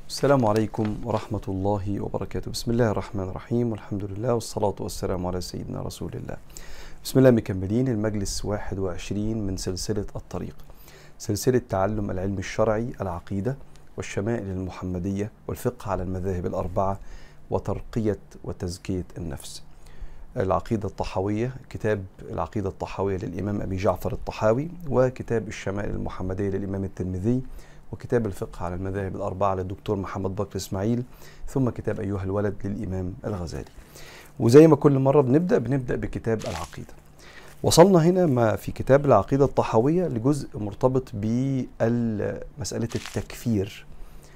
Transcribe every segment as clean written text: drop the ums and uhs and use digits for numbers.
السلام عليكم ورحمة الله وبركاته. بسم الله الرحمن الرحيم، والحمد لله والصلاة والسلام على سيدنا رسول الله. بسم الله. مكملين المجلس 21 من سلسلة الطريق، سلسلة تعلم العلم الشرعي، العقيدة والشمائل المحمدية والفقه على المذاهب الأربعة وترقية وتزكية النفس. العقيدة الطحاوية، كتاب العقيدة الطحاوية للإمام أبي جعفر الطحاوي، وكتاب الشمائل المحمدية للإمام الترمذي، وكتاب الفقه على المذاهب الأربعة للدكتور محمد بكر إسماعيل، ثم كتاب أيها الولد للإمام الغزالي. وزي ما كل مرة بنبدأ بكتاب العقيدة. وصلنا هنا في كتاب العقيدة الطحاوية لجزء مرتبط بمسألة التكفير،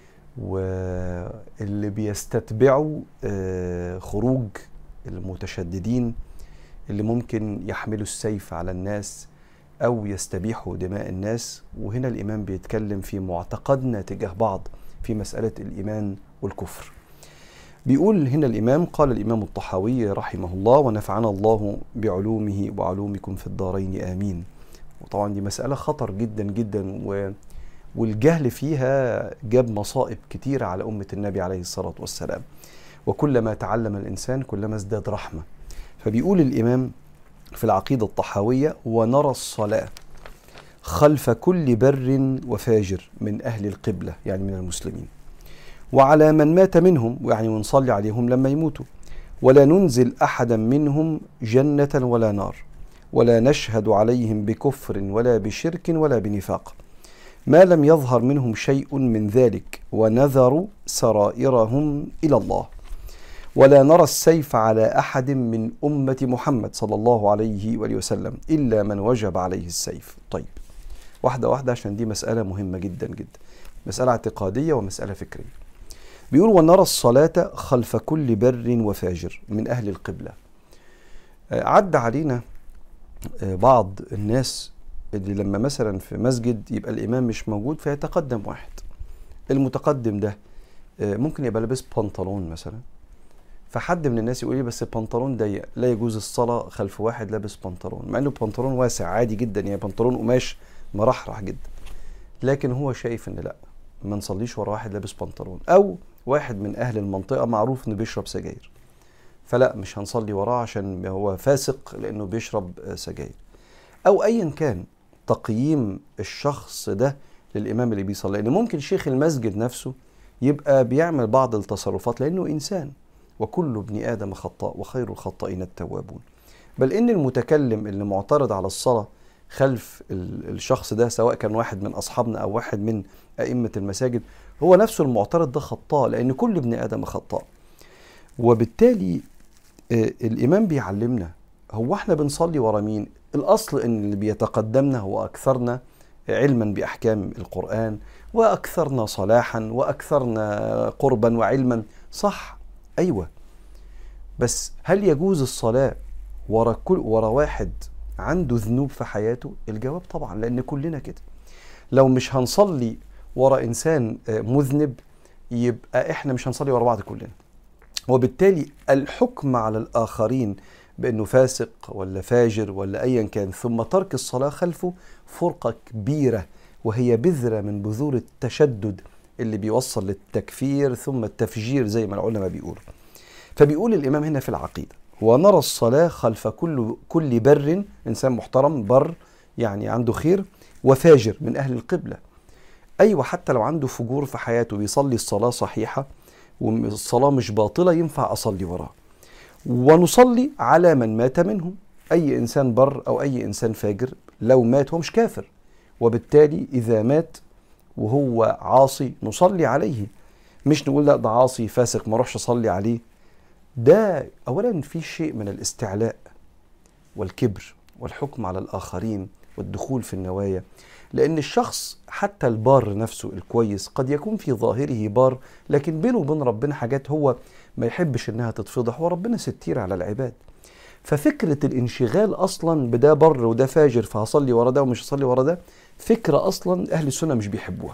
واللي بيستتبعوا خروج المتشددين اللي ممكن يحملوا السيف على الناس أو يستبيحوا دماء الناس. وهنا الإمام بيتكلم في معتقدنا تجاه بعض في مسألة الإيمان والكفر. بيقول هنا الإمام: قال الإمام الطحاوي رحمه الله: ونفعنا الله بعلومه وعلومكم في الدارين آمين. وطبعا دي مسألة خطر جدا جدا، والجهل فيها جاب مصائب كتيرة على أمة النبي عليه الصلاة والسلام، وكلما تعلم الإنسان كلما ازداد رحمة. فبيقول الإمام في العقيدة الطحاوية: ونرى الصلاة خلف كل بر وفاجر من أهل القبلة، يعني من المسلمين، وعلى من مات منهم، يعني ونصلي عليهم لما يموتوا، ولا ننزل أحدا منهم جنة ولا نار، ولا نشهد عليهم بكفر ولا بشرك ولا بنفاق، ما لم يظهر منهم شيء من ذلك، ونذروا سرائرهم إلى الله، ولا نرى السيف على أحد من أمة محمد صلى الله عليه وآله وسلم إلا من وجب عليه السيف. طيب، واحدة واحدة، عشان دي مسألة مهمة جدا جدا، مسألة اعتقادية ومسألة فكرية. بيقول: ونرى الصلاة خلف كل بر وفاجر من أهل القبلة. عد علينا بعض الناس اللي لما مثلا في مسجد يبقى الإمام مش موجود فيتقدم واحد. المتقدم ده ممكن يبقى لابس بنطلون مثلا، فحد من الناس يقول لي: بس البنطلون ضيق، لا يجوز الصلاة خلف واحد لابس بنطلون، مع انه بنطلون واسع عادي جدا، يعني بنطلون قماش مرحرح جدا، لكن هو شايف ان لا، ما نصليش ورا واحد لابس بنطلون، او واحد من اهل المنطقة معروف انه بيشرب سجاير، فلا مش هنصلي وراه عشان هو فاسق لانه بيشرب سجاير، او ايا كان تقييم الشخص ده للامام اللي بيصلي. لان ممكن شيخ المسجد نفسه يبقى بيعمل بعض التصرفات لانه انسان، وكل ابن آدم خطاء وخير الخطائين التوابون. بل إن المتكلم اللي معترض على الصلاة خلف الشخص ده، سواء كان واحد من أصحابنا أو واحد من أئمة المساجد، هو نفسه المعترض ده خطاء، لأن كل ابن آدم خطاء. وبالتالي الإمام بيعلمنا هو احنا بنصلي ورا مين؟ الأصل إن اللي بيتقدمنا هو أكثرنا علما بأحكام القرآن، وأكثرنا صلاحا، وأكثرنا قربا وعلما. صح، أيوة، بس هل يجوز الصلاة ورا واحد عنده ذنوب في حياته؟ الجواب طبعا، لأن كلنا كده. لو مش هنصلي ورا إنسان مذنب، يبقى إحنا مش هنصلي ورا بعض كلنا. وبالتالي الحكم على الآخرين بأنه فاسق ولا فاجر ولا أيا كان، ثم ترك الصلاة خلفه، فرقة كبيرة، وهي بذرة من بذور التشدد اللي بيوصل للتكفير ثم التفجير زي ما العلماء بيقولوا. فبيقول الإمام هنا في العقيدة: ونرى الصلاة خلف كل بر، إنسان محترم، بر يعني عنده خير، وفاجر من أهل القبلة. أيوة، حتى لو عنده فجور في حياته بيصلي الصلاة صحيحة والصلاة مش باطلة، ينفع أصلي وراه. ونصلي على من مات منهم، أي إنسان بر أو أي إنسان فاجر لو مات هو مش كافر، وبالتالي إذا مات وهو عاصي نصلي عليه، مش نقول لا ده عاصي فاسق ما اروحش أصلي عليه. ده أولا في شيء من الاستعلاء والكبر والحكم على الآخرين والدخول في النوايا، لأن الشخص حتى البار نفسه الكويس قد يكون في ظاهره بار، لكن بينه وبين ربنا حاجات هو ما يحبش إنها تتفضح، وربنا ستير على العباد. ففكرة الانشغال أصلا بده بر وده فاجر فهصلي ورا ده ومش هصلي ورا ده، فكرة أصلا أهل السنة مش بيحبوها.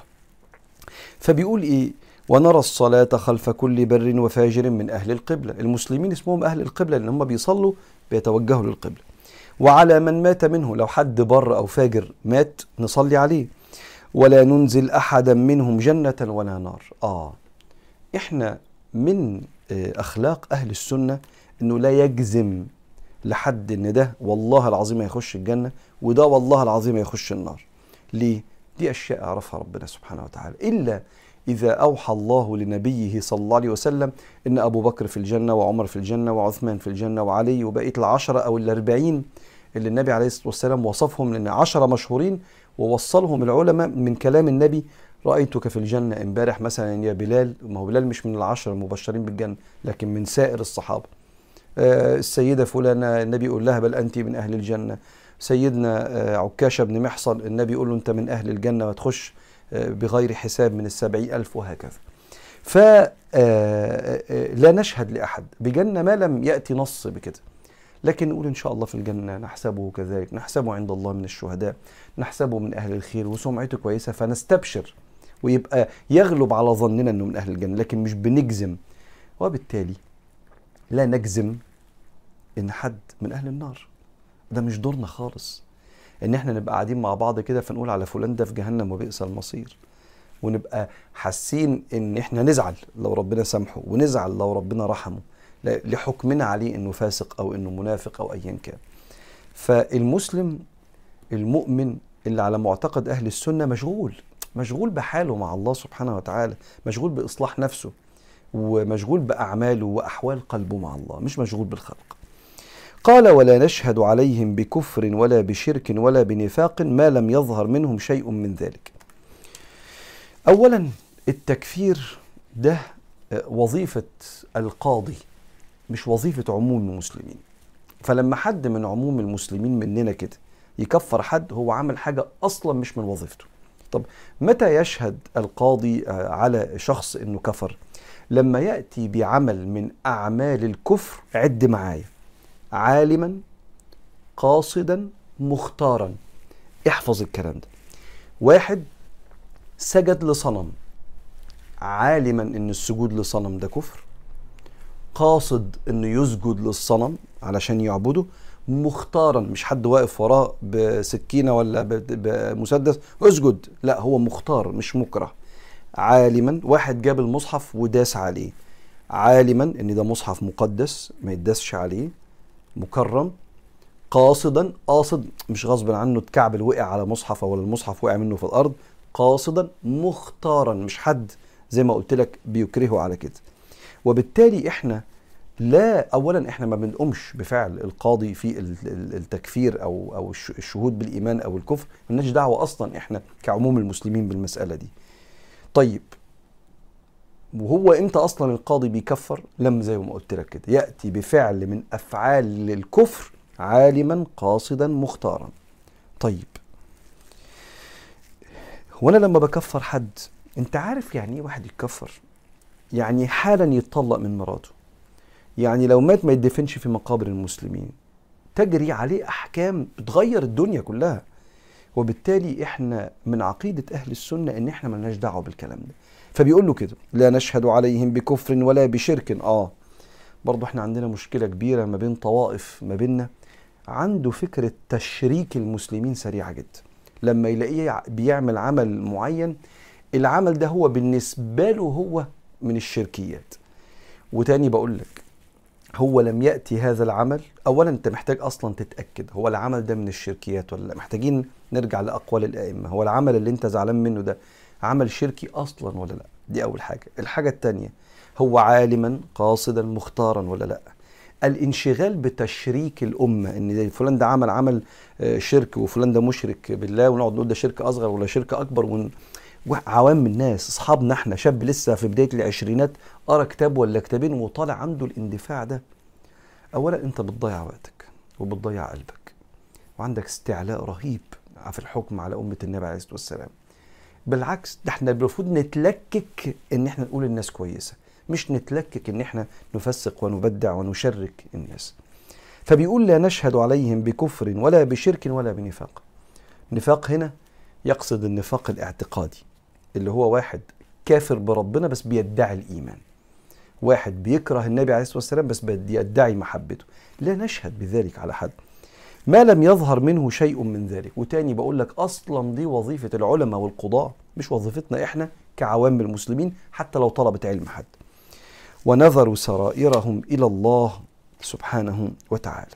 فبيقول إيه: ونرى الصلاة خلف كل بر وفاجر من أهل القبلة. المسلمين اسمهم أهل القبلة لأن هم بيصلوا بيتوجهوا للقبلة. وعلى من مات منه، لو حد بر أو فاجر مات نصلي عليه. ولا ننزل أحدا منهم جنة ولا نار. احنا من اخلاق اهل السنة انه لا يجزم لحد ان ده والله العظيم هيخش الجنة وده والله العظيم هيخش النار. ليه؟ دي اشياء يعرفها ربنا سبحانه وتعالى، الا اذا اوحى الله لنبيه صلى الله عليه وسلم ان ابو بكر في الجنة وعمر في الجنة وعثمان في الجنة وعلي وبقية العشرة او الاربعين اللي النبي عليه الصلاة والسلام وصفهم، لان 10 مشهورين ووصلهم العلماء من كلام النبي. رأيتك في الجنة امبارح مثلا يا بلال، ما هو بلال مش من ال10 المبشرين بالجنة لكن من سائر الصحابة. السيدة فلانة النبي يقول لها بل أنت من أهل الجنة. سيدنا عكاشة بن محصن النبي يقول له أنت من أهل الجنة وتخش بغير حساب من 70,000 وهكذا. فلا نشهد لأحد بجنة ما لم يأتي نص بكده، لكن نقول إن شاء الله في الجنة، نحسبه كذلك، نحسبه عند الله من الشهداء، نحسبه من أهل الخير وسمعته كويسة فنستبشر ويبقى يغلب على ظننا أنه من أهل الجنة، لكن مش بنجزم. وبالتالي لا نجزم ان حد من اهل النار، ده مش دورنا خالص. ان احنا نبقى قاعدين مع بعض كده فنقول على فلان ده في جهنم وبئس المصير، ونبقى حاسين ان احنا نزعل لو ربنا سامحه ونزعل لو ربنا رحمه لحكمنا عليه انه فاسق او انه منافق او ايا كان. فالمسلم المؤمن اللي على معتقد اهل السنة مشغول بحاله مع الله سبحانه وتعالى، مشغول باصلاح نفسه ومشغول بأعماله وأحوال قلبه مع الله، مش مشغول بالخلق. قال ولا نشهد عليهم بكفر ولا بشرك ولا بنفاق ما لم يظهر منهم شيء من ذلك. أولا التكفير ده وظيفة القاضي مش وظيفة عموم المسلمين. فلما حد من عموم المسلمين مننا كده يكفر حد هو عمل حاجة أصلا مش من وظيفته. طب متى يشهد القاضي على شخص إنه كفر؟ لما يأتي بعمل من أعمال الكفر، عد معايا: عالما قاصدا مختارا. احفظ الكلام ده. واحد سجد لصنم، عالما ان السجود لصنم ده كفر، قاصد انه يسجد للصنم علشان يعبده، مختارا مش حد واقف وراه بسكينة ولا بمسدس اسجد، لا هو مختار مش مكره. عالما واحد جاب المصحف وداس عليه، عالما ان ده مصحف مقدس ما يداسش عليه، مكرم. قاصدا قاصد مش غصب عنه اتكعبل وقع على مصحف او المصحف وقع منه في الارض، قاصدا مختارا مش حد زي ما قلت لك بيكرهه على كده. وبالتالي احنا اولا احنا ما بنقومش بفعل القاضي في التكفير او الشهود بالايمان او الكفر، مالناش دعوه اصلا احنا كعموم المسلمين بالمساله دي. طيب وهو امتى اصلا القاضي بيكفر؟ لما زي ما قلت لك كده ياتي بفعل من افعال الكفر عالما قاصدا مختارا. طيب هو انا لما بكفر حد، انت عارف يعني ايه واحد يتكفر؟ يعني حالا يتطلق من مراته، يعني لو مات ما يدفنش في مقابر المسلمين، تجري عليه احكام بتغير الدنيا كلها. وبالتالي احنا من عقيدة اهل السنة ان احنا ملناش دعوة بالكلام ده. فبيقول له كده لا نشهد عليهم بكفر ولا بشرك. برضو احنا عندنا مشكلة كبيرة ما بين طوائف ما بيننا، عنده فكرة تشريك المسلمين سريعة جدا. لما يلاقيه بيعمل عمل معين، العمل ده هو بالنسبة له هو من الشركيات. وتاني بقول لك هو لم يأتي هذا العمل، أولا أنت محتاج أصلا تتأكد هو العمل ده من الشركيات ولا لا. محتاجين نرجع لأقوال الأئمة، هو العمل اللي أنت زعلان منه ده عمل شركي أصلا ولا لا؟ دي أول حاجة. الحاجة التانية هو عالما قاصدا مختارا ولا لا؟ الانشغال بتشريك الأمة إن فلان ده عمل شرك وفلان ده مشرك بالله، ونقعد نقول ده شرك أصغر ولا شرك أكبر، وعوام الناس أصحابنا احنا، شاب لسه في بداية العشرينات قرأ كتاب ولا كتابين وطالع عنده الاندفاع ده. أولا أنت بتضيع وقتك وبتضيع قلبك وعندك استعلاء رهيب في الحكم على أمة النبي عليه الصلاة والسلام. بالعكس ده احنا المفروض نتلكك ان احنا نقول الناس كويسة، مش نتلكك ان احنا نفسق ونبدع ونشرك الناس. فبيقول لا نشهد عليهم بكفر ولا بشرك ولا بنفاق. نفاق هنا يقصد النفاق الاعتقادي، اللي هو واحد كافر بربنا بس بيدعي الإيمان، واحد بيكره النبي عليه الصلاة والسلام بس بيدعي محبته. لا نشهد بذلك على حد ما لم يظهر منه شيء من ذلك. وتاني بقول لك أصلا دي وظيفة العلماء والقضاء، مش وظيفتنا إحنا كعوام المسلمين حتى لو طلبت علم حد. ونذروا سرائرهم إلى الله سبحانه وتعالى.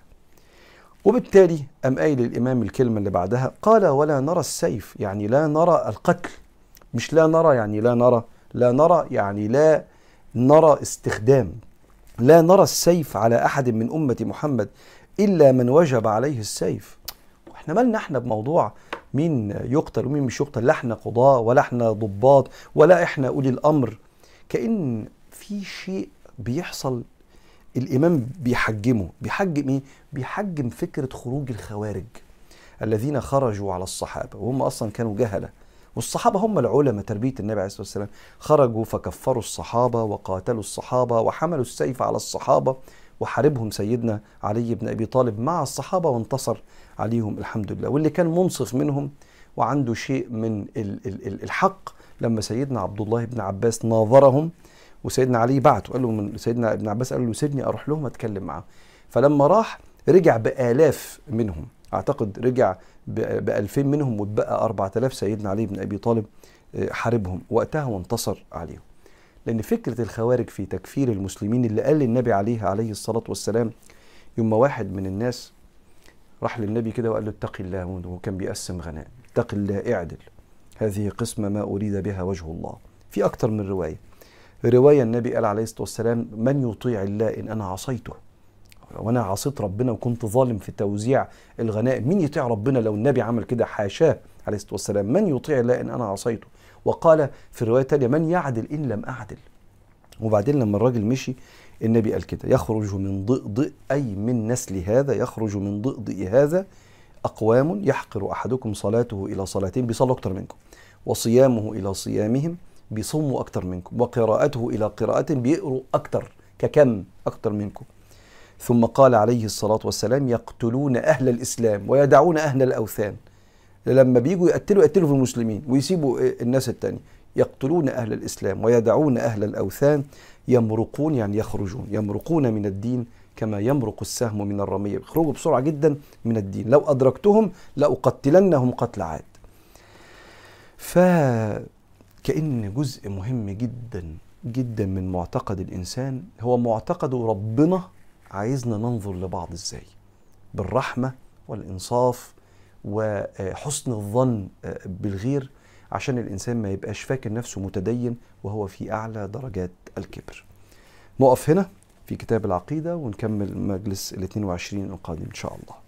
وبالتالي أم قايل الإمام الكلمة اللي بعدها، قال ولا نرى السيف، يعني لا نرى القتل، مش لا نرى يعني لا نرى، لا نرى يعني لا نرى استخدام، لا نرى السيف على أحد من أمة محمد إلا من وجب عليه السيف. احنا مالنا احنا بموضوع مين يقتل ومين مش يقتل؟ لا احنا قضاة ولا احنا ضباط ولا احنا أولي الأمر. كأن في شيء بيحصل الإمام بيحجمه. بيحجم إيه؟ بيحجم فكرة خروج الخوارج الذين خرجوا على الصحابة وهم أصلا كانوا جهلة، والصحابة هم العلماء تربية النبي عليه الصلاة والسلام، خرجوا فكفروا الصحابة وقاتلوا الصحابة وحملوا السيف على الصحابة، وحاربهم سيدنا علي بن أبي طالب مع الصحابة وانتصر عليهم الحمد لله. واللي كان منصف منهم وعنده شيء من الحق لما سيدنا عبد الله بن عباس ناظرهم، وسيدنا علي بعته قال له، من سيدنا ابن عباس قال له سيبني اروح لهم اتكلم معاهم. فلما راح رجع بآلاف منهم، اعتقد رجع ب2000 منهم، واتبقى 4000 سيدنا علي بن ابي طالب حاربهم وقتها وانتصر عليهم. لان فكرة الخوارج في تكفير المسلمين اللي قال النبي عليه الصلاة والسلام، يوم واحد من الناس راح للنبي كده وقال له اتق الله، وهو كان بيقسم غنائم، اتق الله اعدل، هذه قسمة ما أريد بها وجه الله. في أكتر من رواية النبي قال عليه الصلاة والسلام من يطيع الله إن أنا عصيته، وأنا عصيت ربنا وكنت ظالم في توزيع الغنائم، مين يطيع ربنا لو النبي عمل كده؟ حاشاه عليه الصلاة والسلام، من يطيع الله إن أنا عصيته. وقال في رواية تانية من يعدل إن لم أعدل. وبعدين لما الراجل مشي النبي قال كده يخرج من ضئضئ، أي من نسل هذا، يخرج من ضئضئ هذا أقوام يحقر أحدكم صلاته إلى صلاتين، بيصلوا أكتر منكم، وصيامه إلى صيامهم، بيصوموا أكتر منكم، وقراءته إلى قراءتهم، بيقروا أكتر ككم أكتر منكم. ثم قال عليه الصلاة والسلام يقتلون أهل الإسلام ويدعون أهل الأوثان. لما بيجوا يقتلوا في المسلمين ويسيبوا الناس التانية. يقتلون أهل الإسلام ويدعون أهل الأوثان، يمرقون يعني يخرجون، يمرقون من الدين كما يمرق السهم من الرمية، يخرجوا بسرعة جدا من الدين، لو أدركتهم لأقتلنهم قتل عاد. فكأن جزء مهم جدا جدا من معتقد الإنسان هو معتقده ربنا عايزنا ننظر لبعض إزاي، بالرحمة والإنصاف وحسن الظن بالغير، عشان الإنسان ما يبقاش فاكر نفسه متدين وهو في أعلى درجات الكبر. نقف هنا في كتاب العقيدة ونكمل مجلس 22 القادم إن شاء الله.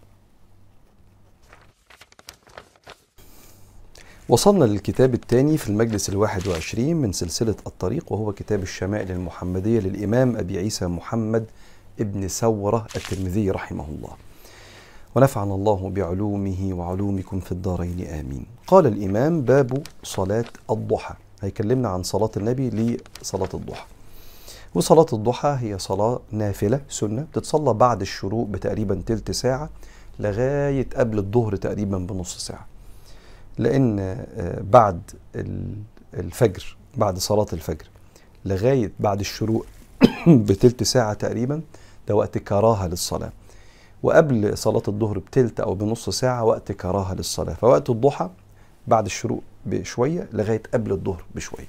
وصلنا للكتاب الثاني في المجلس 21 من سلسلة الطريق، وهو كتاب الشمائل المحمدية للإمام أبي عيسى محمد ابن سورة الترمذي رحمه الله، ونفعنا الله بعلومه وعلومكم في الدارين آمين. قال الإمام باب صلاة الضحى، هيكلمنا عن صلاة النبي لصلاة الضحى. وصلاة الضحى هي صلاة نافلة سنة بتتصلى بعد الشروق بتقريبا تلت ساعة لغاية قبل الظهر تقريبا بنص ساعة، لأن بعد الفجر، بعد صلاة الفجر لغاية بعد الشروق بتلت ساعة تقريبا ده وقت كراهة للصلاة، وقبل صلاة الظهر بتلت أو بنص ساعة وقت كراهة للصلاة. فوقت الضحى بعد الشروق بشوية لغاية قبل الظهر بشوية.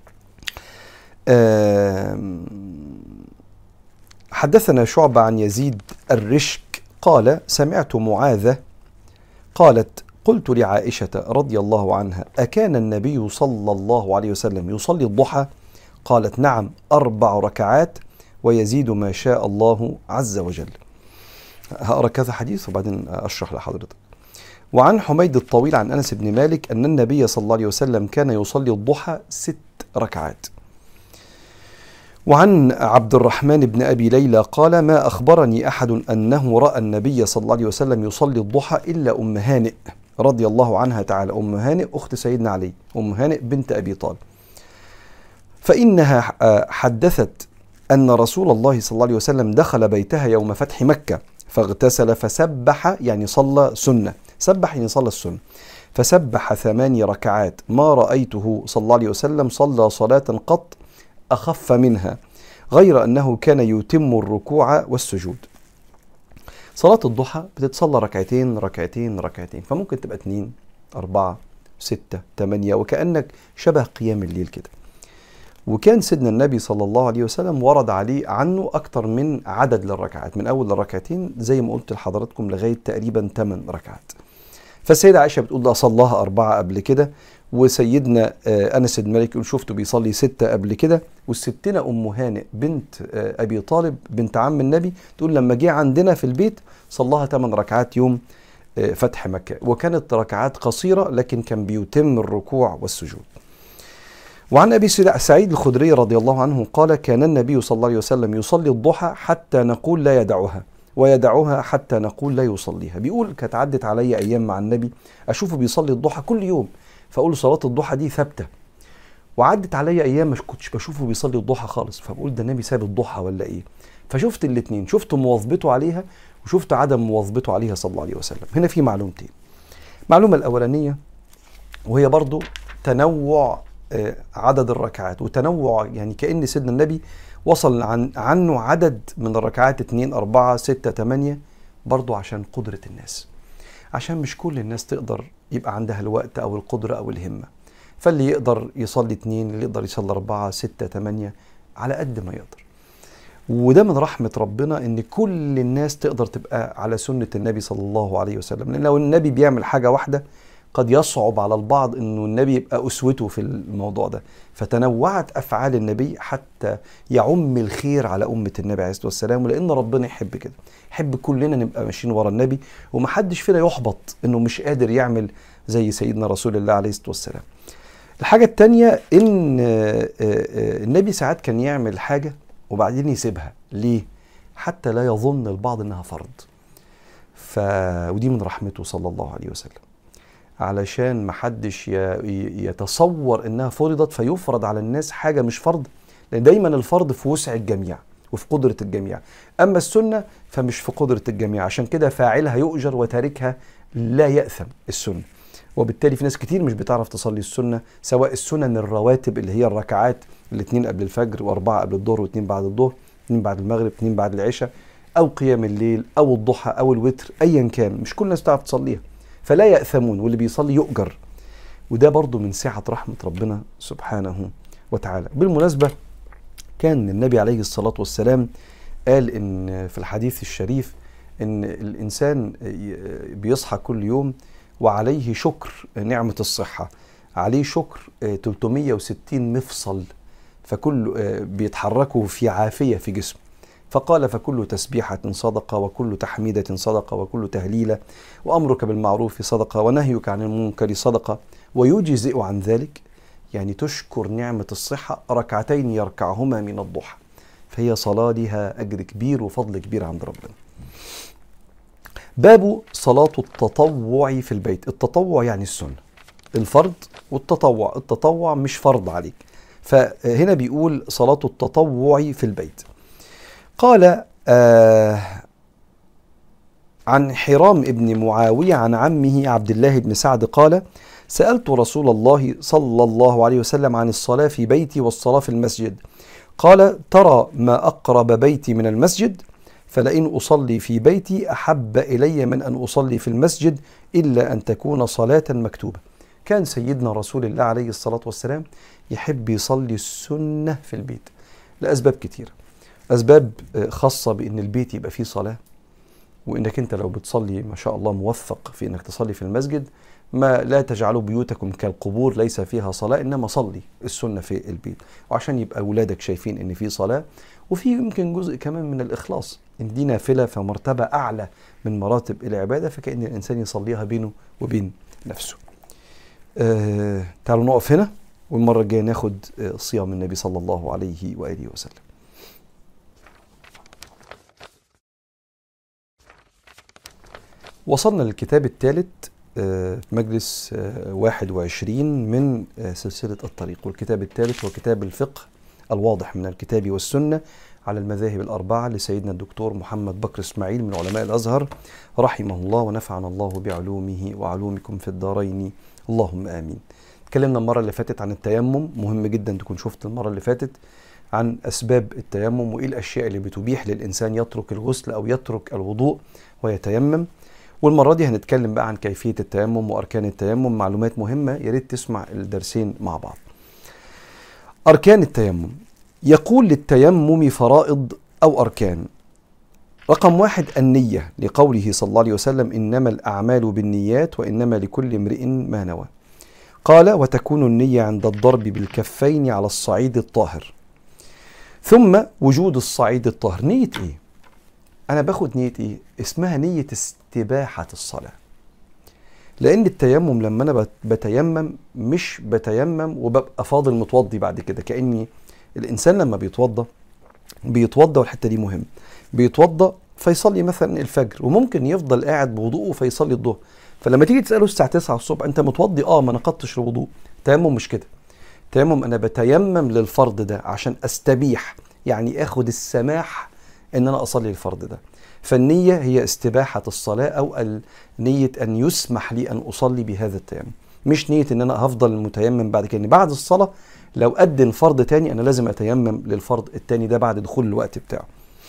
حدثنا شعبة عن يزيد الرشك قال سمعت معاذة قالت قلت لعائشة رضي الله عنها أكان النبي صلى الله عليه وسلم يصلي الضحى؟ قالت نعم 4 ركعات ويزيد ما شاء الله عز وجل. هقرأ كذا حديث وبعدين أشرح لحضرتك. وعن حميد الطويل عن أنس بن مالك أن النبي صلى الله عليه وسلم كان يصلي الضحى 6 ركعات. وعن عبد الرحمن بن أبي ليلى قال ما أخبرني أحد أنه رأى النبي صلى الله عليه وسلم يصلي الضحى إلا أم هانئ رضي الله عنها تعالى. أم هانئ أخت سيدنا علي، أم هانئ بنت أبي طالب، فإنها حدثت أن رسول الله صلى الله عليه وسلم دخل بيتها يوم فتح مكة فاغتسل فسبح، يعني صلى سنة، سبح يعني صلى السنة، فسبح 8 ركعات ما رأيته صلى الله عليه وسلم صلى صلاة قط أخف منها، غير أنه كان يتم الركوع والسجود. صلاة الضحى بتتصلى ركعتين ركعتين ركعتين، فممكن تبقى 2 4 6 8 وكأنك شبه قيام الليل كده. وكان سيدنا النبي صلى الله عليه وسلم ورد عليه عنه أكتر من عدد للركعات، من أول الركعتين زي ما قلت لحضراتكم لغاية تقريبا 8 ركعات. فالسيدة عائشة بتقول ده صلاها 4 قبل كده، وسيدنا أنس بن مالك يقول شفته بيصلي 6 قبل كده، والستنا أم هانئ بنت أبي طالب بنت عم النبي تقول لما جه عندنا في البيت صلاها 8 ركعات يوم فتح مكة، وكانت ركعات قصيرة لكن كان بيتم الركوع والسجود. وعن أبي سعيد الخدري رضي الله عنه قال كان النبي صلى الله عليه وسلم يصلي الضحى حتى نقول لا يدعها، ويدعوها حتى نقول لا يصليها. بيقول كانت عدت علي أيام مع النبي أشوفه بيصلي الضحى كل يوم، فأقول صلاة الضحى دي ثابتة. وعدت علي أيام مش كنتش بشوفه بيصلي الضحى خالص، فبقول ده النبي ساب الضحى ولا إيه؟ فشفت الاتنين، شفت مواظبته عليها وشفت عدم مواظبته عليها صلى الله عليه وسلم. هنا في معلومتين. المعلومة الأولانية وهي برضو تنوع عدد الركعات، وتنوع يعني كأن سيدنا النبي وصل عنه عدد من الركعات 2 4 6 8 برضو عشان قدرة الناس، عشان مش كل الناس تقدر يبقى عندها الوقت أو القدرة أو الهمة، فاللي يقدر يصلي 2، اللي يقدر يصلي 4 6 8 على قد ما يقدر. وده من رحمة ربنا ان كل الناس تقدر تبقى على سنة النبي صلى الله عليه وسلم، لان لو النبي بيعمل حاجة واحدة قد يصعب على البعض انه النبي يبقى اسوته في الموضوع ده، فتنوعت افعال النبي حتى يعم الخير على امة النبي عليه الصلاة والسلام. ولان ربنا يحب كده، يحب كلنا نبقى ماشيين ورا النبي، ومحدش فينا يحبط انه مش قادر يعمل زي سيدنا رسول الله عليه الصلاة والسلام. الحاجة التانية ان النبي ساعات كان يعمل حاجة وبعدين يسيبها، ليه؟ حتى لا يظن البعض انها فرض. ودي من رحمته صلى الله عليه وسلم، علشان محدش يتصور انها فرضت فيفرض على الناس حاجة مش فرض، لان دايما الفرض في وسع الجميع وفي قدرة الجميع، اما السنة فمش في قدرة الجميع، عشان كده فاعلها يؤجر وتاركها لا يأثم السنة. وبالتالي في ناس كتير مش بتعرف تصلي السنة، سواء السنن الرواتب اللي هي الركعات 2 قبل الفجر و4 قبل الظهر و2 بعد الظهر، 2 بعد المغرب، 2 بعد العشاء، او قيام الليل او الضحى او الوتر، ايا كان مش كل الناس تعرف تصليها، فلا يأثمون، واللي بيصلي يؤجر. وده برضو من سعة رحمة ربنا سبحانه وتعالى. بالمناسبة كان النبي عليه الصلاة والسلام قال ان في الحديث الشريف ان الانسان بيصحى كل يوم وعليه شكر نعمة الصحة، عليه شكر 360 مفصل، فكل بيتحركوا في عافية في جسمه. فقال فكل تسبيحة صدقة، وكل تحميدة صدقة، وكل تهليلة، وأمرك بالمعروف صدقة، ونهيك عن المنكر صدقة، ويجزئ عن ذلك، يعني تشكر نعمة الصحة 2 يركعهما من الضحى، فهي صلاة لها أجر كبير وفضل كبير عند ربنا. باب صلاة التطوع في البيت. التطوع يعني السنة، الفرض والتطوع. التطوع مش فرض عليك، فهنا بيقول صلاة التطوع في البيت. قال عن حرام ابن معاوية عن عمه عبد الله بن سعد قال سألت رسول الله صلى الله عليه وسلم عن الصلاة في بيتي والصلاة في المسجد، قال ترى ما أقرب بيتي من المسجد، فلئن أصلي في بيتي أحب إلي من أن أصلي في المسجد إلا أن تكون صلاة مكتوبة. كان سيدنا رسول الله عليه الصلاة والسلام يحب يصلي السنة في البيت لأسباب كتيرة. أسباب خاصة بأن البيت يبقى فيه صلاة، وإنك أنت لو بتصلي ما شاء الله موفق في إنك تصلي في المسجد، ما لا تجعلوا بيوتكم كالقبور ليس فيها صلاة، إنما صلي السنة في البيت، وعشان يبقى أولادك شايفين إن في صلاة. وفي يمكن جزء كمان من الإخلاص، إن دي نافلة فمرتبة أعلى من مراتب العبادة، فكأن الإنسان يصليها بينه وبين نفسه. تعالوا نقف هنا، والمرة الجاية ناخد صيام النبي صلى الله عليه وآله وسلم. وصلنا للكتاب الثالث مجلس 21 من سلسلة الطريق، والكتاب الثالث هو كتاب الفقه الواضح من الكتاب والسنة على المذاهب الأربعة لسيدنا الدكتور محمد بكر إسماعيل من علماء الأزهر رحمه الله، ونفعنا الله بعلومه وعلومكم في الدارين اللهم آمين. اتكلمنا المرة اللي فاتت عن التيمم، مهم جدا تكون شفت المرة اللي فاتت عن أسباب التيمم وإيه الأشياء اللي بتبيح للإنسان يترك الغسل أو يترك الوضوء ويتيمم. والمرة دي هنتكلم بقى عن كيفية التيمم وأركان التيمم، معلومات مهمة يا ريت تسمع الدرسين مع بعض. أركان التيمم. يقول للتيمم فرائض أو أركان. رقم 1 النية، لقوله صلى الله عليه وسلم إنما الأعمال بالنيات وإنما لكل امرئ ما نوى. قال وتكون النية عند الضرب بالكفين على الصعيد الطاهر. ثم وجود الصعيد الطاهر. نية إيه؟ أنا باخد نية إيه؟ اسمها نية استباحة الصلاة. لأن التيمم لما أنا بتيمم مش بتيمم وببقى فاضل متوضي بعد كده. كأني الإنسان لما بيتوضى والحتة دي مهم، بيتوضى فيصلي مثلا الفجر وممكن يفضل قاعد بوضوءه فيصلي الظهر. فلما تيجي تسأله الساعة 9 الصبح أنت متوضي؟ ما نقضتش الوضوء. تيمم مش كده. تيمم أنا بتيمم للفرض ده عشان أستبيح، يعني أخد السماح إن أنا أصلي الفرض ده. فالنية هي استباحة الصلاة أو نية أن يسمح لي أن أصلي بهذا التيمم، مش نية أن أنا هفضل متيمم بعد كده. بعد الصلاة لو أدن فرض تاني أنا لازم أتيمم للفرض التاني ده بعد دخول الوقت بتاعه.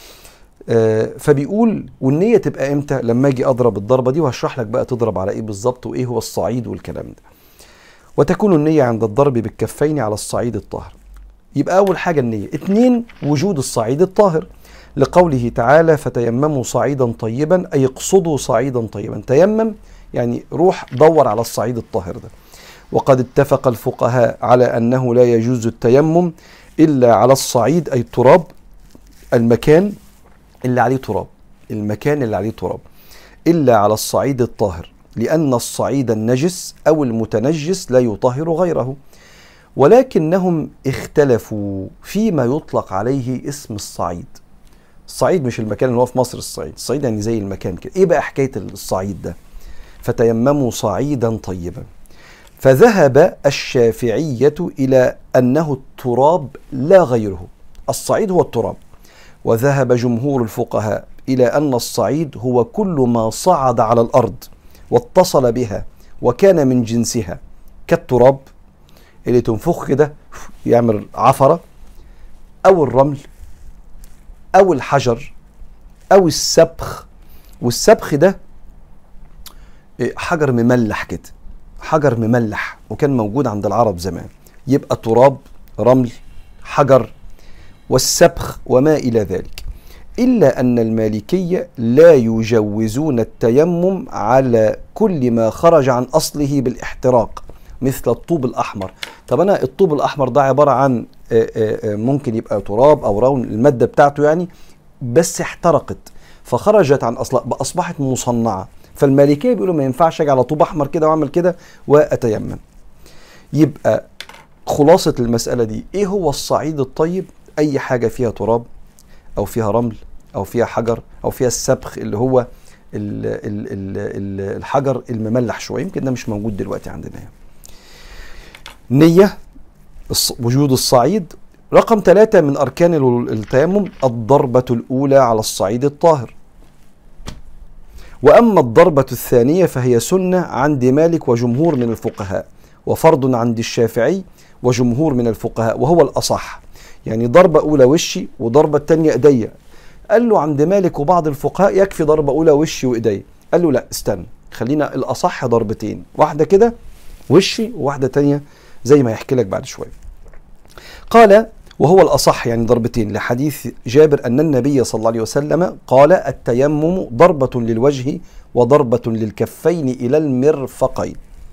فبيقول والنية تبقى إمتى؟ لما أجي أضرب الضربة دي، وهشرح لك بقى تضرب على إيه بالظبط وإيه هو الصعيد والكلام ده. وتكون النية عند الضرب بالكفين على الصعيد الطاهر. يبقى أول حاجة النية. 2 وجود الصعيد الطاهر، لقوله تعالى فتيمموا صعيدا طيبا، أي اقصدوا صعيدا طيبا. تيمم يعني روح دور على الصعيد الطاهر ده. وقد اتفق الفقهاء على أنه لا يجوز التيمم إلا على الصعيد، أي التراب، المكان اللي عليه تراب، المكان اللي عليه تراب، إلا على الصعيد الطاهر، لأن الصعيد النجس أو المتنجس لا يطهر غيره. ولكنهم اختلفوا فيما يطلق عليه اسم الصعيد. الصعيد مش المكان اللي هو في مصر، الصعيد يعني زي المكان كده. ايه بقى حكاية الصعيد ده؟ فتيمموا صعيدا طيبا. فذهب الشافعية إلى أنه التراب لا غيره، الصعيد هو التراب. وذهب جمهور الفقهاء إلى أن الصعيد هو كل ما صعد على الأرض واتصل بها وكان من جنسها، كالتراب اللي تنفخ كده يعمل عفرة، أو الرمل، أو الحجر، أو السبخ. والسبخ ده حجر مملح كده، حجر مملح وكان موجود عند العرب زمان. يبقى تراب، رمل، حجر، والسبخ وما إلى ذلك. إلا أن المالكية لا يجوزون التيمم على كل ما خرج عن أصله بالاحتراق، مثل الطوب الأحمر. طب أنا الطوب الأحمر ده عبارة عن ممكن يبقى تراب أو رون، المادة بتاعته يعني، بس احترقت فخرجت عن أصلها أصبحت مصنعة. فالمالكية بيقولوا ما ينفعش أجي على طوب أحمر كده وأعمل كده وأتيمم. يبقى خلاصة المسألة دي إيه هو الصعيد الطيب؟ أي حاجة فيها تراب أو فيها رمل أو فيها حجر أو فيها السبخ اللي هو الحجر المملح شوية، يمكن ده مش موجود دلوقتي عندنا يعني. نية، وجود الصعيد. رقم 3 من أركان التيمم الضربة الأولى على الصعيد الطاهر. وأما الضربة الثانية فهي سنة عند مالك وجمهور من الفقهاء، وفرض عند الشافعي وجمهور من الفقهاء، وهو الأصح. يعني ضربة أولى وشي وضربة تانية إيديا. قال له عند مالك وبعض الفقهاء يكفي ضربة أولى وشي وإيديا. قال له لا استنى، خلينا الأصح ضربتين، واحدة كده وشي وواحدة تانية زي ما يحكي لك بعد شوية. قال وهو الأصح يعني ضربتين، لحديث جابر أن النبي صلى الله عليه وسلم قال التيمم ضربة للوجه وضربة للكفين إلى المرفقين.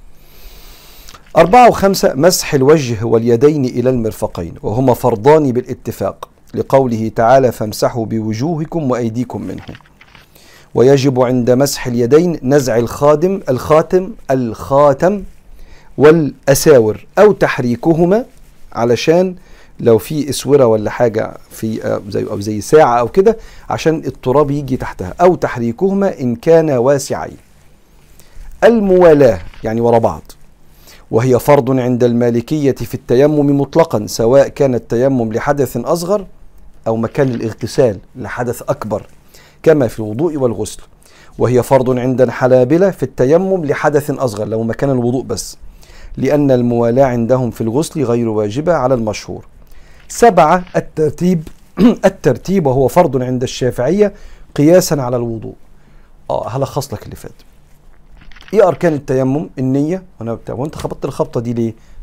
4 و5 مسح الوجه واليدين إلى المرفقين، وهما فرضان بالاتفاق، لقوله تعالى فامسحوا بوجوهكم وأيديكم منه. ويجب عند مسح اليدين نزع الخاتم والأساور أو تحريكهما، علشان لو في اسوره ولا حاجه في زي ساعه او كده عشان التراب يجي تحتها، او تحريكهما ان كان واسعين. الموالاه يعني ورا بعض، وهي فرض عند المالكيه في التيمم مطلقا، سواء كان التيمم لحدث اصغر او مكان الاغتسال لحدث اكبر، كما في الوضوء والغسل. وهي فرض عند الحنابلة في التيمم لحدث اصغر لو مكان الوضوء بس، لان الموالاه عندهم في الغسل غير واجبه على المشهور. 7 الترتيب وهو فرض عند الشافعية قياسا على الوضوء. هلخص لك اللي فات. ايه اركان التيمم؟ النية، وانت خبطت الخبطة دي ليه؟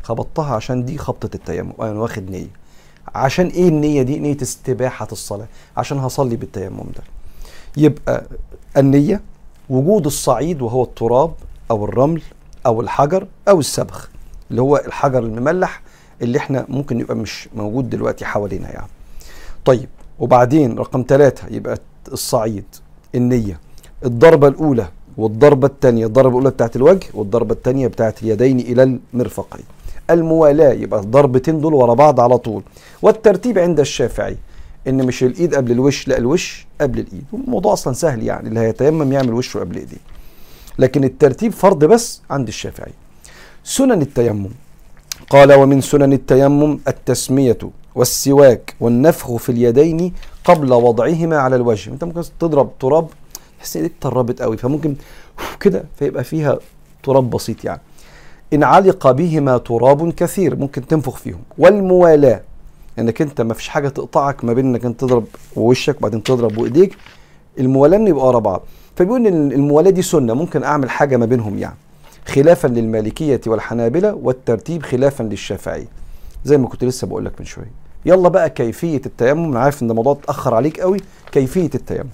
خبطتها عشان دي خبطة التيمم، انا واخد نية. عشان ايه النية دي؟ نية استباحة الصلاة، عشان هصلي بالتيمم ده. يبقى النية وجود الصعيد وهو التراب او الرمل او الحجر او السبخ، اللي هو الحجر المملح اللي احنا ممكن يبقى مش موجود دلوقتي حوالينا يعني. طيب وبعدين رقم 3 يبقى الصعيد، النية، الضربة الأولى والضربة الثانية، الضربة الأولى بتاعت الوجه والضربة الثانية بتاعت اليدين إلى المرفقين. الموالاة يبقى الضربتين دول ورا بعض على طول. والترتيب عند الشافعي إن مش الإيد قبل الوش، لا الوش قبل الإيد. الموضوع أصلا سهل يعني، اللي هيتيمم يعمل وشه قبل إيديه، لكن الترتيب فرض بس عند الشافعي. سنن التيمم قال: ومن سنن التيمم التسمية والسواك والنفخ في اليدين قبل وضعهما على الوجه. انت ممكن تضرب تراب تحس ايدك تربت قوي، فممكن كده فيبقى فيها تراب بسيط يعني. ان علق بهما تراب كثير ممكن تنفخ فيهم. والموالاة انك انت ما فيش حاجه تقطعك ما بين انك انت تضرب وشك وبعدين تضرب بايديك، الموالاه انه يبقى ورا بعض. فبيقول ان الموالاه دي سنه، ممكن اعمل حاجه ما بينهم يعني، خلافا للمالكيه والحنابله، والترتيب خلافا للشافعيه زي ما كنت لسه بقول لك من شويه. يلا بقى كيفيه التيمم، انا عارف ان الموضوع اتاخر عليك قوي. كيفيه التيمم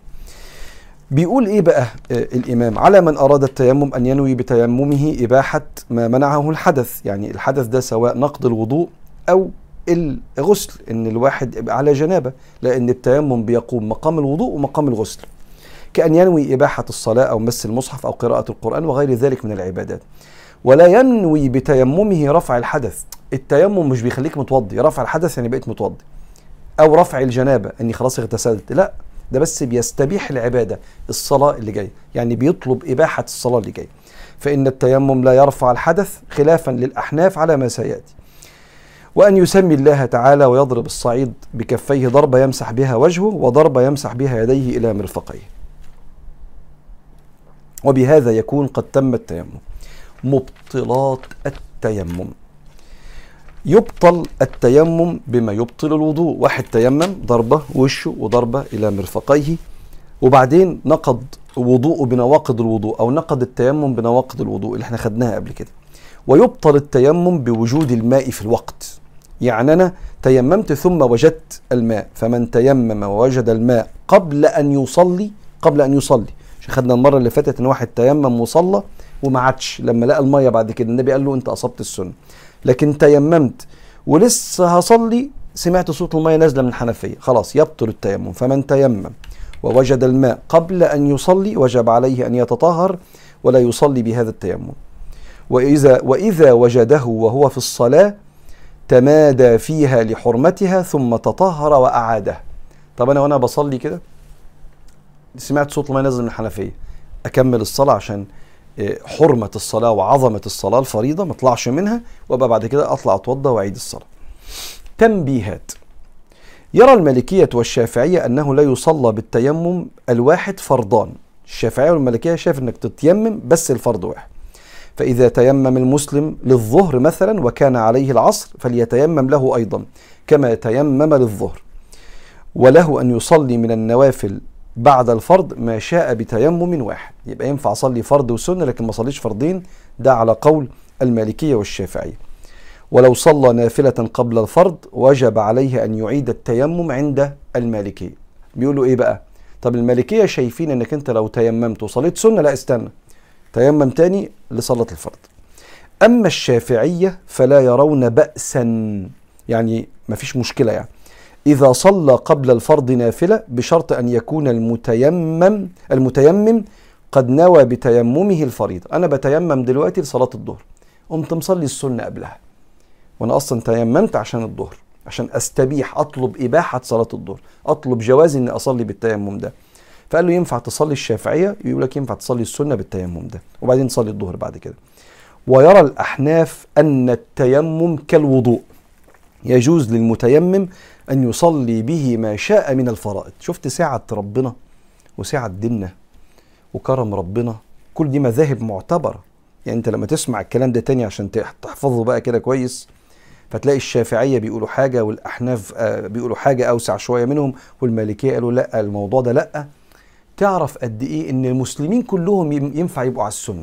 بيقول ايه بقى الامام؟ على من اراد التيمم ان ينوي بتيممه اباحه ما منعه الحدث، يعني الحدث ده سواء نقض الوضوء او الغسل، ان الواحد يبقى على جنابه، لان التيمم بيقوم مقام الوضوء ومقام الغسل. كأن ينوي إباحة الصلاة أو مس المصحف أو قراءة القرآن وغير ذلك من العبادات. ولا ينوي بتيممه رفع الحدث. التيمم مش بيخليك متوضي، رفع الحدث يعني بقيت متوضي، أو رفع الجنابة أني خلاص اغتسلت، لا، ده بس بيستبيح العبادة، الصلاة اللي جاي، يعني بيطلب إباحة الصلاة اللي جاي. فإن التيمم لا يرفع الحدث خلافا للأحناف على ما سيأتي. وأن يسمي الله تعالى ويضرب الصعيد بكفيه ضربة يمسح بها وجهه وضربة يمسح بها يديه إلى مرفقيه. وبهذا يكون قد تم التيمم. مبطلات التيمم: يبطل التيمم بما يبطل الوضوء. واحد تيمم ضربة وشه وضربة إلى مرفقيه، وبعدين نقض وضوءه بنواقض الوضوء، أو نقض التيمم بنواقض الوضوء اللي احنا خدناها قبل كده. ويبطل التيمم بوجود الماء في الوقت. يعني أنا تيممت ثم وجدت الماء، فمن تيمم ووجد الماء قبل أن يصلي عشان خدنا المرة اللي فاتت ان واحد تيمم وصلى وما عادش، لما لقى المية بعد كده النبي قال له انت اصبت السنة. لكن تيممت ولسه هصلي سمعت صوت المية نازلة من الحنفية، خلاص يبطل التيمم. فمن تيمم ووجد الماء قبل ان يصلي وجب عليه ان يتطهر ولا يصلي بهذا التيمم. وإذا وجده وهو في الصلاة تمادى فيها لحرمتها ثم تطهر وأعاده. طب أنا وأنا بصلي كده سمعت صوت الماء نازل من الحنفية، أكمل الصلاة عشان حرمة الصلاة وعظمة الصلاة الفريضة ما اطلعش منها، وابقى بعد كده أطلع أتوضى وأعيد الصلاة. تنبيهات: يرى المالكية والشافعية أنه لا يصلى بالتيمم الواحد فرضان. الشافعية والمالكية شايف أنك تتيمم بس الفرض واحد. فإذا تيمم المسلم للظهر مثلا وكان عليه العصر فليتيمم له أيضا كما تيمم للظهر، وله أن يصلي من النوافل بعد الفرض ما شاء بتيمم واحد. يبقى ينفع أصلي فرض وسنة لكن ما صليش فرضين، ده على قول المالكية والشافعية. ولو صلى نافلة قبل الفرض وجب عليه أن يعيد التيمم عند المالكية. بيقولوا إيه بقى؟ طب المالكية شايفين أنك أنت لو تيممت وصليت سنة لا استنى، تيمم تاني لصلاة الفرض. أما الشافعية فلا يرون بأسا، يعني ما فيش مشكلة يعني إذا صلى قبل الفرض نافلة بشرط أن يكون المتيمم قد نوى بتيممه الفريضة. أنا بتيمم دلوقتي لصلاة الظهر، قمت مصلي السنة قبلها، وأنا أصلا تيممت عشان الظهر، عشان أستبيح، أطلب إباحة صلاة الظهر، أطلب جواز أني أصلي بالتيمم ده. فقال له ينفع تصلي الشافعية، يقول لك ينفع تصلي السنة بالتيمم ده وبعدين تصلي الظهر بعد كده. ويرى الأحناف أن التيمم كالوضوء، يجوز للمتيمم أن يصلي به ما شاء من الفرائض. شفت سعة ربنا وسعة ديننا وكرم ربنا، كل دي مذاهب معتبرة. يعني أنت لما تسمع الكلام ده تاني عشان تحفظه بقى كده كويس، فتلاقي الشافعية بيقولوا حاجة والأحناف بيقولوا حاجة أوسع شوية منهم، والمالكية قالوا لأ الموضوع ده لأ. تعرف قد إيه إن المسلمين كلهم ينفع يبقوا على السنة،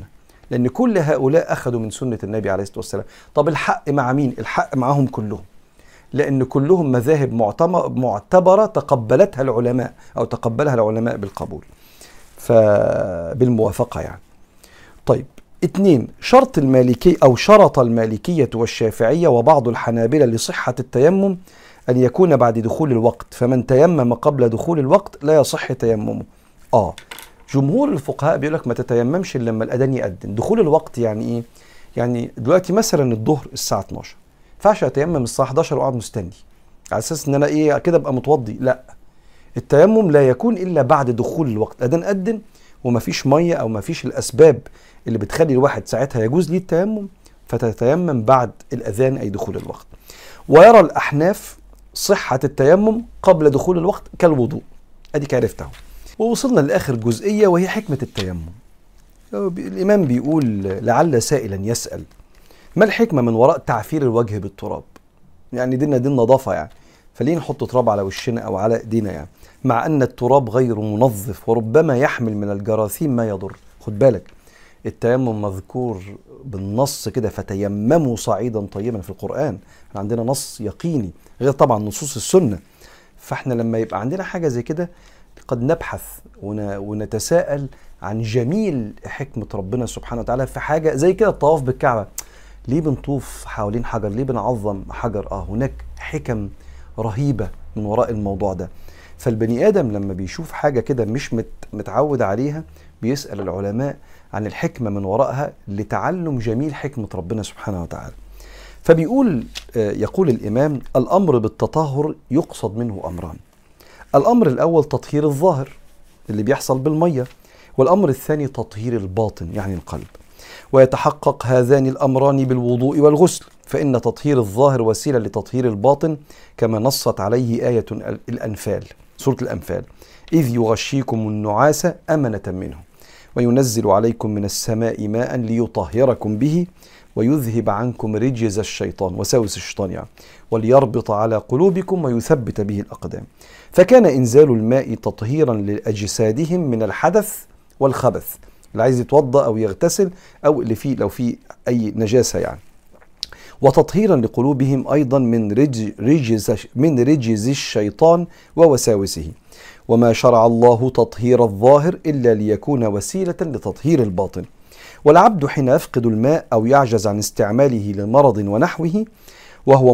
لأن كل هؤلاء أخذوا من سنة النبي عليه الصلاة والسلام. طب الحق مع مين؟ الحق معهم كلهم، لأن كلهم مذاهب معتبرة تقبلتها العلماء أو تقبلها العلماء بالقبول، فبالموافقة يعني. طيب 2، شرط المالكي أو شرط المالكية والشافعية وبعض الحنابلة لصحة التيمم أن يكون بعد دخول الوقت، فمن تيمم قبل دخول الوقت لا يصح تيممه. جمهور الفقهاء بيقول لك ما تتيممش إلا لما الأذان يأذن. دخول الوقت يعني إيه؟ يعني دلوقتي مثلا الظهر الساعة 12، ما ينفعش أتيمم الساعة 11 وأقعد مستني على أساس إن أنا إيه كده أبقى متوضي. لا، التيمم لا يكون إلا بعد دخول الوقت. أذان أذن ومفيش مية أو مفيش الأسباب اللي بتخلي الواحد ساعتها يجوز ليه التيمم، فتتيمم بعد الأذان أي دخول الوقت. ويرى الأحناف صحة التيمم قبل دخول الوقت كالوضوء. أديك عرفتها. ووصلنا لآخر جزئية وهي حكمة التيمم. الإمام بيقول لعل سائلا يسأل ما الحكمة من وراء تعفير الوجه بالتراب؟ يعني ديننا دين نظافة يعني، فليه نحط تراب على وشنا أو على إيدينا يعني، مع أن التراب غير منظف وربما يحمل من الجراثيم ما يضر. خد بالك التيمم مذكور بالنص كده، فتيمموا صعيدا طيبا في القرآن. احنا عندنا نص يقيني غير طبعا نصوص السنة. فاحنا لما يبقى عندنا حاجة زي كده قد نبحث ونتساءل عن جميل حكمة ربنا سبحانه وتعالى في حاجة زي كده. الطواف بالكعبة، ليه بنطوف حوالين حجر؟ ليه بنعظم حجر؟ هناك حكم رهيبة من وراء الموضوع ده. فالبني آدم لما بيشوف حاجة كده مش متعود عليها بيسأل العلماء عن الحكمة من وراءها لتعلم جميل حكمة ربنا سبحانه وتعالى. يقول الإمام الأمر بالتطهر يقصد منه أمران. الأمر الأول تطهير الظاهر اللي بيحصل بالمية، والأمر الثاني تطهير الباطن يعني القلب. ويتحقق هذان الأمران بالوضوء والغسل، فإن تطهير الظاهر وسيلة لتطهير الباطن كما نصت عليه آية الأنفال، سورة الأنفال: إذ يغشيكم النعاس أمنة منه وينزل عليكم من السماء ماء ليطهركم به ويذهب عنكم رجز الشيطان وساوس الشيطان يعني وليربط على قلوبكم ويثبت به الأقدام. فكان إنزال الماء تطهيرا لأجسادهم من الحدث والخبث، اللي عايز يتوضأ أو يغتسل أو اللي فيه لو فيه أي نجاسة يعني، وتطهيرا لقلوبهم أيضا من رجز الشيطان ووساوسه. وما شرع الله تطهير الظاهر إلا ليكون وسيلة لتطهير الباطن. والعبد حين يفقد الماء أو يعجز عن استعماله لمرض ونحوه وهو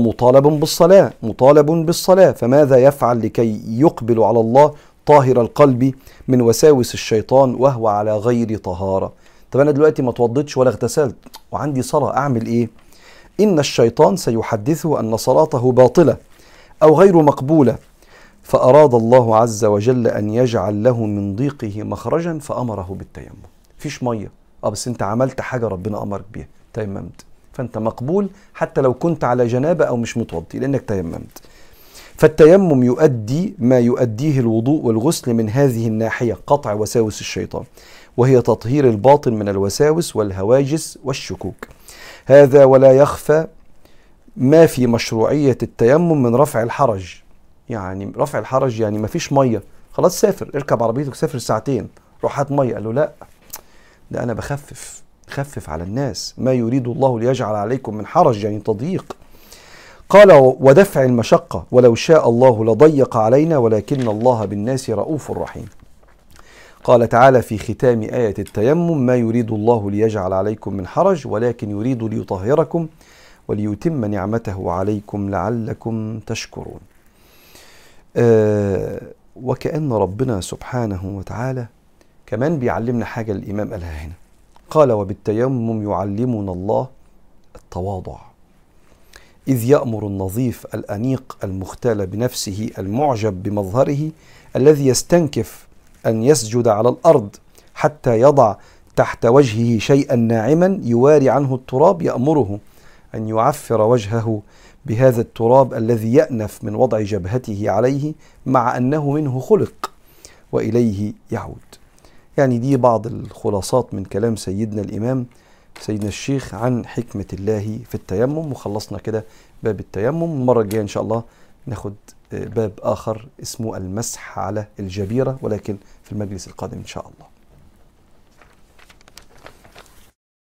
مطالب بالصلاة، فماذا يفعل لكي يقبل على الله طاهر القلب من وساوس الشيطان وهو على غير طهارة؟ طب أنا دلوقتي ما توضيتش ولا اغتسلت وعندي صلاة، أعمل إيه؟ إن الشيطان سيحدثه أن صلاته باطلة أو غير مقبولة، فأراد الله عز وجل أن يجعل له من ضيقه مخرجا فأمره بالتيمم. فيش مية، بس أنت عملت حاجة ربنا أمرك بيها، تيممت، فأنت مقبول حتى لو كنت على جنابة أو مش متوضي لأنك تيممت. فالتيمم يؤدي ما يؤديه الوضوء والغسل من هذه الناحية، قطع وساوس الشيطان، وهي تطهير الباطن من الوساوس والهواجس والشكوك. هذا ولا يخفى ما في مشروعية التيمم من رفع الحرج. يعني رفع الحرج يعني ما فيش مية، خلاص سافر، اركب عربيتك سافر ساعتين، روح هات مية. قال له لا، ده أنا خفف على الناس، ما يريد الله ليجعل عليكم من حرج يعني تضييق. قال ودفع المشقة، ولو شاء الله لضيق علينا ولكن الله بالناس رؤوف رحيم. قال تعالى في ختام آية التيمم: ما يريد الله ليجعل عليكم من حرج ولكن يريد ليطهركم وليتم نعمته عليكم لعلكم تشكرون. وكأن ربنا سبحانه وتعالى كمان بيعلمنا حاجة الإمام قالها هنا. قال وبالتيمم يعلمنا الله التواضع، إذ يأمر النظيف الأنيق المختال بنفسه المعجب بمظهره الذي يستنكف أن يسجد على الأرض حتى يضع تحت وجهه شيئا ناعما يواري عنه التراب، يأمره أن يعفر وجهه بهذا التراب الذي يأنف من وضع جبهته عليه مع أنه منه خلق وإليه يعود. يعني دي بعض الخلاصات من كلام سيدنا الإمام سيدنا الشيخ عن حكمة الله في التيمم. وخلصنا كده باب التيمم. المرة الجاية إن شاء الله ناخد باب آخر اسمه المسح على الجبيرة، ولكن في المجلس القادم إن شاء الله.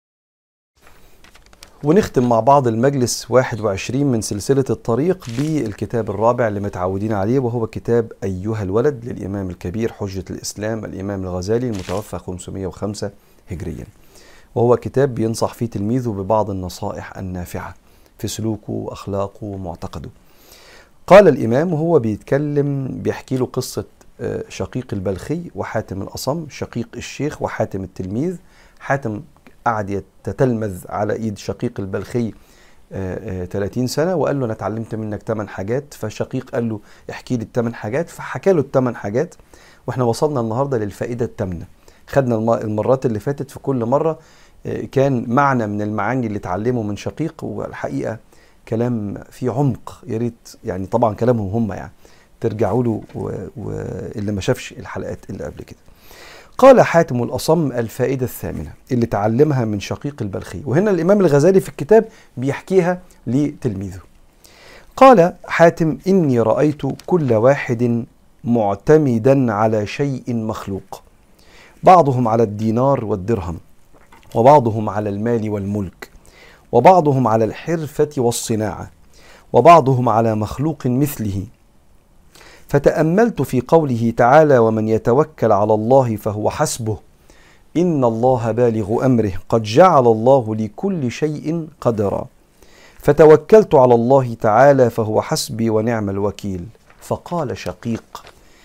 ونختم مع بعض المجلس 21 من سلسلة الطريق بالكتاب الرابع اللي متعودين عليه، وهو كتاب أيها الولد للإمام الكبير حجة الإسلام الإمام الغزالي المتوفى 505 هجريا. وهو كتاب بينصح فيه تلميذه ببعض النصائح النافعة في سلوكه وأخلاقه ومعتقده. قال الإمام وهو بيتكلم بيحكي له قصة شقيق البلخي وحاتم الأصم، شقيق الشيخ وحاتم التلميذ. حاتم قعد يتتلمذ على ايد شقيق البلخي 30 سنة، وقال له انا اتعلمت منك 8 حاجات. فشقيق قال له احكي لي ال8 حاجات، فحكى له ال8 حاجات. واحنا وصلنا النهارده للفائدة الثامنة. خدنا المرات اللي فاتت في كل مرة كان معنى من المعاني اللي اتعلمه من شقيق، والحقيقة كلام فيه عمق. يا ريت يعني طبعا كلامهم هم يعني ترجعوا له واللي ما شافش الحلقات اللي قبل كده. قال حاتم الأصم الفائدة الثامنة اللي تعلمها من شقيق البلخي، وهنا الإمام الغزالي في الكتاب بيحكيها لتلميذه. قال حاتم: إني رأيت كل واحد معتمدا على شيء مخلوق، بعضهم على الدينار والدرهم، وبعضهم على المال والملك، وبعضهم على الحرفة والصناعة، وبعضهم على مخلوق مثله. فتأملت في قوله تعالى: ومن يتوكل على الله فهو حسبه إن الله بالغ أمره قد جعل الله لكل شيء قدرا. فتوكلت على الله تعالى فهو حسبي ونعم الوكيل. فقال شقيق: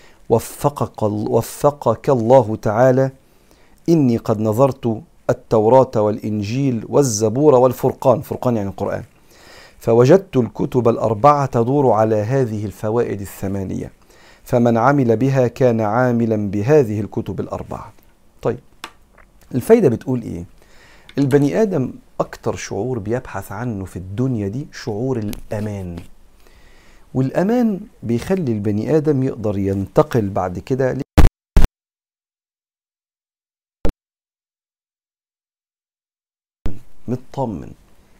وفقك الله تعالى، إني قد نظرت التوراة والإنجيل والزبور والفرقان، فرقان يعني القرآن، فوجدت الكتب الأربعة تدور على هذه الفوائد الثمانية، فمن عمل بها كان عاملا بهذه الكتب الأربعة. طيب الفايدة بتقول إيه؟ البني آدم أكتر شعور بيبحث عنه في الدنيا دي شعور الأمان، والأمان بيخلي البني آدم يقدر ينتقل بعد كده مطمن.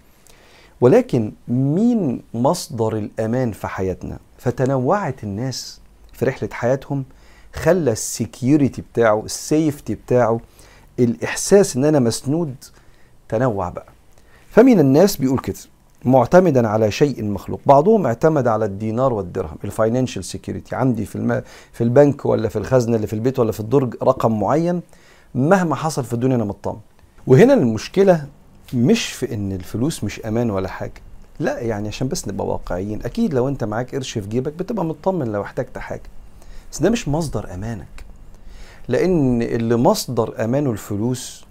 ولكن مين مصدر الأمان في حياتنا؟ فتنوعت الناس في رحلة حياتهم، خلى السكيورتي بتاعه، السيفتي بتاعه، الإحساس إن أنا مسنود تنوع بقى. فمن الناس بيقول كده معتمدا على شيء مخلوق، بعضهم اعتمد على الدينار والدرهم، الفاينانشال سيكيورتي، عندي في البنك ولا في الخزنة اللي في البيت ولا في الدرج رقم معين، مهما حصل في الدنيا أنا مطمن. وهنا المشكلة مش في ان الفلوس مش امان ولا حاجة، لا، يعني عشان بس نبقى واقعيين، اكيد لو انت معاك قرش في جيبك بتبقى مطمن لو احتجت حاجة، بس ده مش مصدر امانك. لان اللي مصدر امانه الفلوس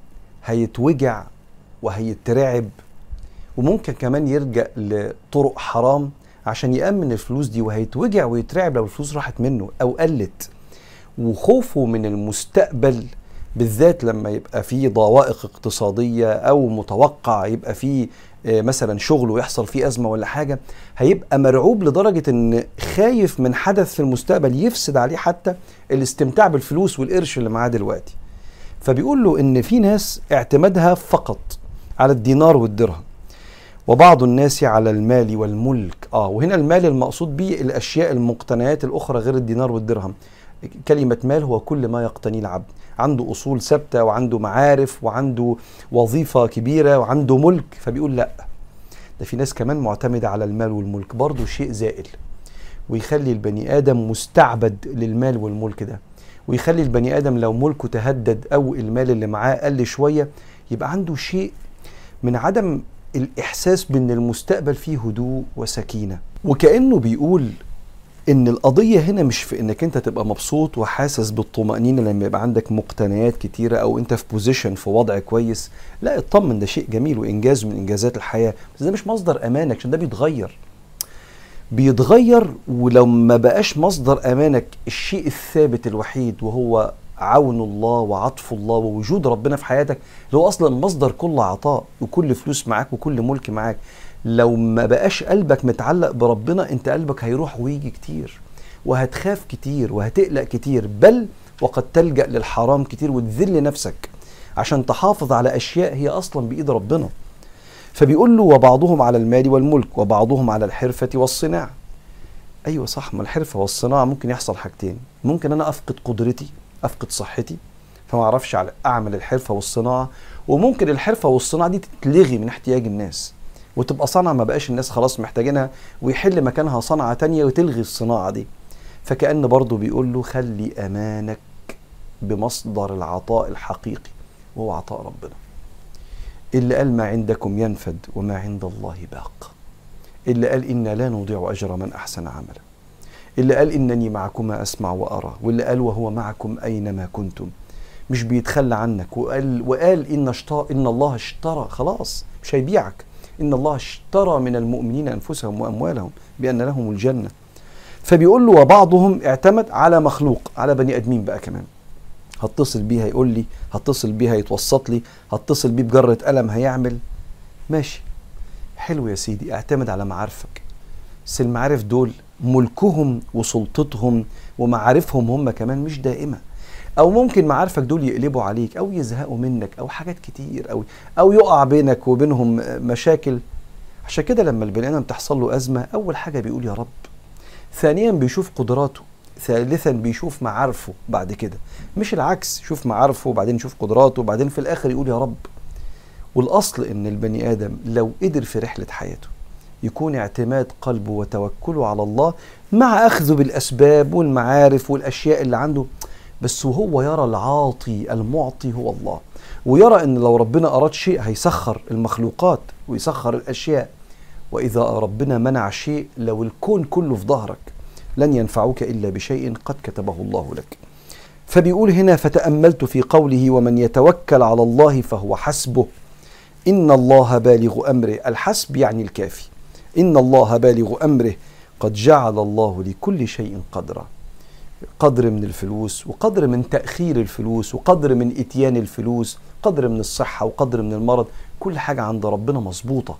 هيتوجع وهيترعب، وممكن كمان يرجع لطرق حرام عشان يأمن الفلوس دي، وهيتوجع ويترعب لو الفلوس راحت منه او قلت. وخوفه من المستقبل بالذات لما يبقى فيه ضوائق اقتصادية أو متوقع يبقى فيه مثلا شغل ويحصل فيه أزمة ولا حاجة، هيبقى مرعوب لدرجة إن خايف من حدث في المستقبل يفسد عليه حتى الاستمتاع بالفلوس والقرش اللي معاه دلوقتي. فبيقول له إن في ناس اعتمادها فقط على الدينار والدرهم، وبعض الناس على المال والملك. وهنا المال المقصود به الأشياء المقتنيات الأخرى غير الدينار والدرهم. كلمة مال هو كل ما يقتنيه العبد، عنده أصول ثابتة وعنده معارف وعنده وظيفة كبيرة وعنده ملك. فبيقول لا، ده في ناس كمان معتمدة على المال والملك، برضو شيء زائل، ويخلي البني آدم مستعبد للمال والملك ده، ويخلي البني آدم لو ملكه تهدد أو المال اللي معاه قل شوية يبقى عنده شيء من عدم الإحساس بأن المستقبل فيه هدوء وسكينة. وكأنه بيقول ان القضية هنا مش في انك انت تبقى مبسوط وحاسس بالطمأنينة لما يبقى عندك مقتنيات كتيرة او انت في بوزيشن في وضع كويس. لا، اطمن، ده شيء جميل وانجاز من انجازات الحياة، بس ده مش مصدر امانك، عشان ده بيتغير. ولو ما بقاش مصدر امانك الشيء الثابت الوحيد وهو عون الله وعطف الله ووجود ربنا في حياتك، اللي هو اصلا مصدر كل عطاء وكل فلوس معاك وكل ملك معاك، لو ما بقاش قلبك متعلق بربنا انت قلبك هيروح ويجي كتير، وهتخاف كتير وهتقلق كتير، بل وقد تلجأ للحرام كتير وتذل نفسك عشان تحافظ على أشياء هي أصلا بإيد ربنا. فبيقول له وبعضهم على المال والملك وبعضهم على الحرفة والصناعة. أيوة صح، ما الحرفة والصناعة ممكن يحصل حاجتين، ممكن أنا أفقد قدرتي، أفقد صحتي، فما اعرفش اعمل الحرفه والصناعه، وممكن الحرفه والصناعه دي تتلغي من احتياج الناس وتبقى صنعه ما بقاش الناس خلاص محتاجينها، ويحل مكانها صنعه تانية وتلغي الصناعه دي. فكأن برضه بيقول له خلي امانك بمصدر العطاء الحقيقي وهو عطاء ربنا. اللي قال ما عندكم ينفد وما عند الله باق. اللي قال إنا لا نضيع أجر من أحسن عملا. اللي قال إنني معكما أسمع وأرى. واللي قال وهو معكم أينما كنتم. مش بيتخلى عنك. وقال إن الله اشترى، خلاص مش هيبيعك. إن الله اشترى من المؤمنين أنفسهم وأموالهم بأن لهم الجنة. فبيقول له وبعضهم اعتمد على مخلوق، على بني أدمين بقى كمان. هتصل بيه هيقول لي، هتصل بيه هيتوسط لي، هتصل بيه بجرة قلم هيعمل. ماشي حلو يا سيدي، اعتمد على معارفك. بس المعارف دول ملكهم وسلطتهم ومعارفهم هم كمان مش دائمة. او ممكن معارفك دول يقلبوا عليك او يزهقوا منك او حاجات كتير او يقع بينك وبينهم مشاكل. عشان كده لما البني ادم تحصل له ازمة اول حاجة بيقول يا رب، ثانيا بيشوف قدراته، ثالثا بيشوف معارفه بعد كده، مش العكس، شوف معارفه وبعدين يشوف قدراته وبعدين في الاخر يقول يا رب. والاصل ان البني ادم لو قدر في رحلة حياته يكون اعتماد قلبه وتوكله على الله مع اخذه بالاسباب والمعارف والاشياء اللي عنده، بس وهو يرى العاطي المعطي هو الله، ويرى ان لو ربنا اراد شيء هيسخر المخلوقات ويسخر الاشياء، واذا ربنا منع شيء لو الكون كله في ظهرك لن ينفعوك إلا بشيء قد كتبه الله لك. فبيقول هنا فتأملت في قوله ومن يتوكل على الله فهو حسبه إن الله بالغ أمره. الحسب يعني الكافي. إن الله بالغ أمره قد جعل الله لكل شيء قدرا. قدر من الفلوس وقدر من تأخير الفلوس وقدر من إتيان الفلوس، قدر من الصحة وقدر من المرض، كل حاجة عند ربنا مظبوطة.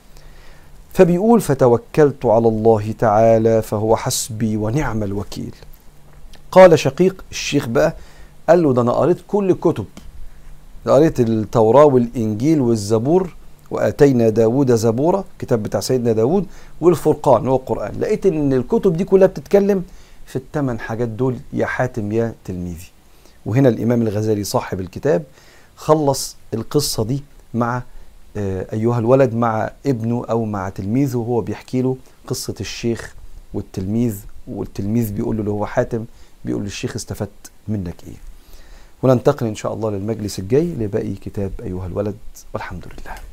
فبيقول فتوكلت على الله تعالى فهو حسبي ونعم الوكيل. قال شقيق الشيخ بقى قال له ده أنا قريت كل الكتب، قريت التوراة والإنجيل والزبور، وآتينا داود زبورة كتاب بتاع سيدنا داود، والفرقان هو القرآن. لقيت إن الكتب دي كلها بتتكلم في ال8 حاجات دول يا حاتم يا تلميذي. وهنا الإمام الغزالي صاحب الكتاب خلص القصة دي مع أيها الولد مع ابنه أو مع تلميذه، وهو بيحكي له قصة الشيخ والتلميذ، والتلميذ بيقول له اللي هو حاتم بيقول للشيخ استفدت منك إيه. وننتقل إن شاء الله للمجلس الجاي لباقي كتاب أيها الولد، والحمد لله.